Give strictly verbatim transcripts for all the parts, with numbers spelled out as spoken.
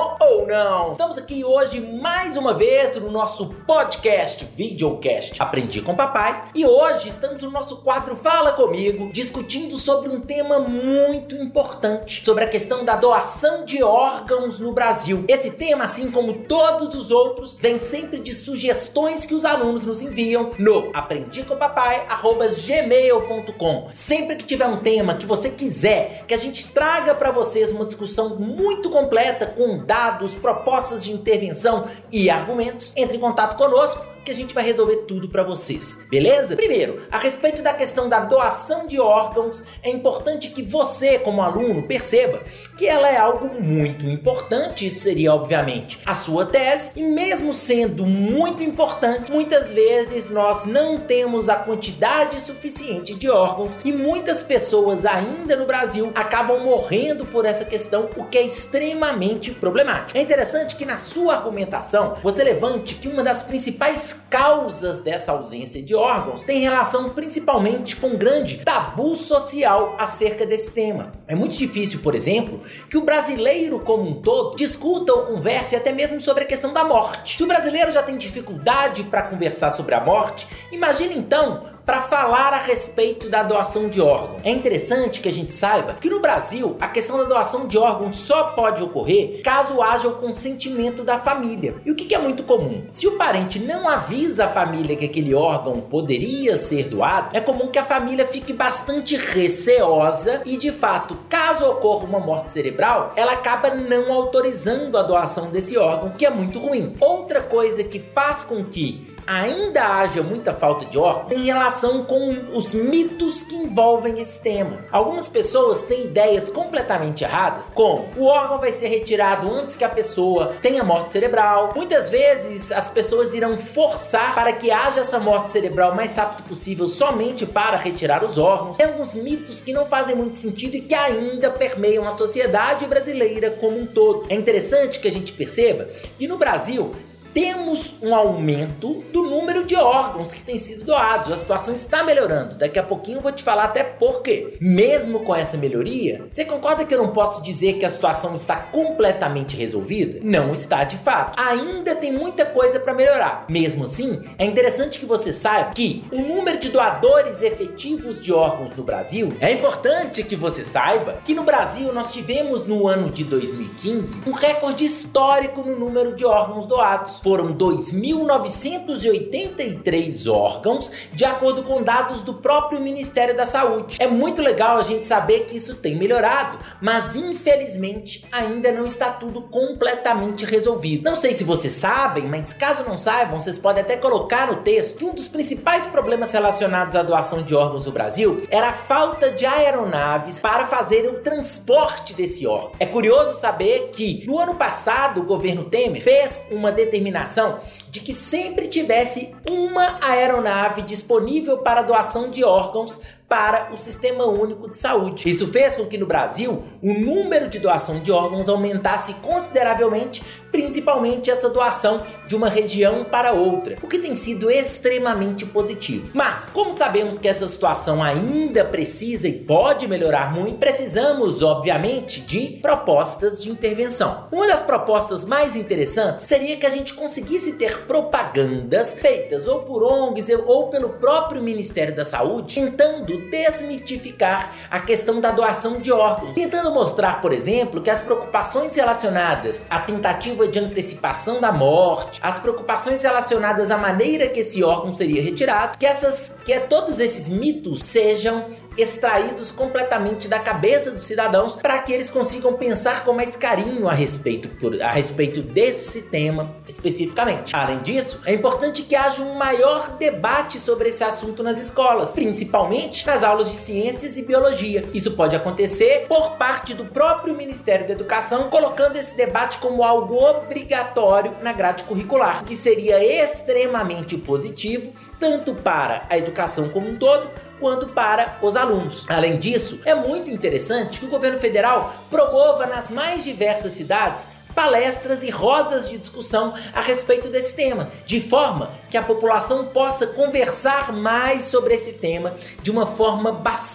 bom ou não? Estamos aqui hoje mais uma vez no nosso podcast, videocast Aprendi com Papai. E hoje estamos no nosso quadro Fala Comigo, discutindo sobre um tema muito importante, sobre a questão da doação de órgãos no Brasil. Esse tema, assim como todos os outros, vem sempre de sugestões que os alunos nos enviam no aprendi com papai arroba gmail ponto com. Sempre que tiver um tema que você quiser que a gente traga para vocês uma discussão muito completa com dados, propostas de intervenção e argumentos, entre em contato conosco que a gente vai resolver tudo para vocês, beleza? Primeiro, a respeito da questão da doação de órgãos, é importante que você, como aluno, perceba que ela é algo muito importante. Isso seria, obviamente, a sua tese, e mesmo sendo muito importante, muitas vezes nós não temos a quantidade suficiente de órgãos e muitas pessoas ainda no Brasil acabam morrendo por essa questão, o que é extremamente problemático. É interessante que na sua argumentação você levante que uma das principais causas dessa ausência de órgãos tem relação principalmente com um grande tabu social acerca desse tema. É muito difícil, por exemplo, que o brasileiro como um todo discuta ou converse até mesmo sobre a questão da morte. Se o brasileiro já tem dificuldade para conversar sobre a morte, imagine então para falar a respeito da doação de órgãos. É interessante que a gente saiba que no Brasil a questão da doação de órgãos só pode ocorrer caso haja o consentimento da família. E o que é muito comum? Se o parente não avisa a família que aquele órgão poderia ser doado, é comum que a família fique bastante receosa e, de fato, caso ocorra uma morte cerebral, ela acaba não autorizando a doação desse órgão, que é muito ruim. Outra coisa que faz com que ainda haja muita falta de órgãos em relação com os mitos que envolvem esse tema. Algumas pessoas têm ideias completamente erradas, como o órgão vai ser retirado antes que a pessoa tenha morte cerebral. Muitas vezes as pessoas irão forçar para que haja essa morte cerebral o mais rápido possível somente para retirar os órgãos. Tem alguns mitos que não fazem muito sentido e que ainda permeiam a sociedade brasileira como um todo. É interessante que a gente perceba que no Brasil temos um aumento do número de órgãos que têm sido doados. A situação está melhorando. Daqui a pouquinho eu vou te falar até por quê. Mesmo com essa melhoria, você concorda que eu não posso dizer que a situação está completamente resolvida? Não está de fato. Ainda tem muita coisa para melhorar. Mesmo assim, é interessante que você saiba que o número de doadores efetivos de órgãos no Brasil, é importante que você saiba que no Brasil nós tivemos no ano de dois mil e quinze um recorde histórico no número de órgãos doados. Foram dois mil novecentos e oitenta e três órgãos, de acordo com dados do próprio Ministério da Saúde. É muito legal a gente saber que isso tem melhorado, mas infelizmente ainda não está tudo completamente resolvido. Não sei se vocês sabem, mas caso não saibam, vocês podem até colocar no texto que um dos principais problemas relacionados à doação de órgãos no Brasil era a falta de aeronaves para fazer o transporte desse órgão. É curioso saber que no ano passado o governo Temer fez uma determinação de que sempre tivesse uma aeronave disponível para doação de órgãos para o Sistema Único de Saúde. Isso fez com que no Brasil o número de doação de órgãos aumentasse consideravelmente, principalmente essa doação de uma região para outra, o que tem sido extremamente positivo. Mas, como sabemos que essa situação ainda precisa e pode melhorar muito, precisamos, obviamente, de propostas de intervenção. Uma das propostas mais interessantes seria que a gente conseguisse ter propagandas feitas ou por O N Gs ou pelo próprio Ministério da Saúde, tentando desmitificar a questão da doação de órgãos, tentando mostrar, por exemplo, que as preocupações relacionadas à tentativa de antecipação da morte, as preocupações relacionadas à maneira que esse órgão seria retirado, que essas, que todos esses mitos sejam extraídos completamente da cabeça dos cidadãos para que eles consigam pensar com mais carinho a respeito, por, a respeito desse tema especificamente. Além disso, é importante que haja um maior debate sobre esse assunto nas escolas, principalmente nas aulas de ciências e biologia. Isso pode acontecer por parte do próprio Ministério da Educação, colocando esse debate como algo obrigatório na grade curricular, o que seria extremamente positivo tanto para a educação como um todo, quanto para os alunos. Além disso, é muito interessante que o governo federal promova nas mais diversas cidades palestras e rodas de discussão a respeito desse tema, de forma que a população possa conversar mais sobre esse tema de uma forma bastante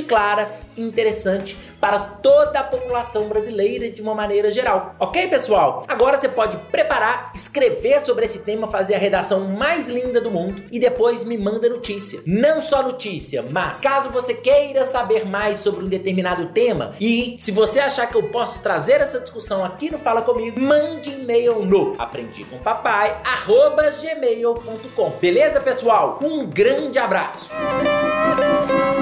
bastante clara e interessante para toda a população brasileira de uma maneira geral. Ok, pessoal? Agora você pode preparar, escrever sobre esse tema, fazer a redação mais linda do mundo e depois me manda notícia. Não só notícia, mas caso você queira saber mais sobre um determinado tema e se você achar que eu posso trazer essa discussão aqui no Fala Comigo, mande e-mail no aprendi com papai arroba gmail ponto com. Beleza, pessoal? Um grande abraço!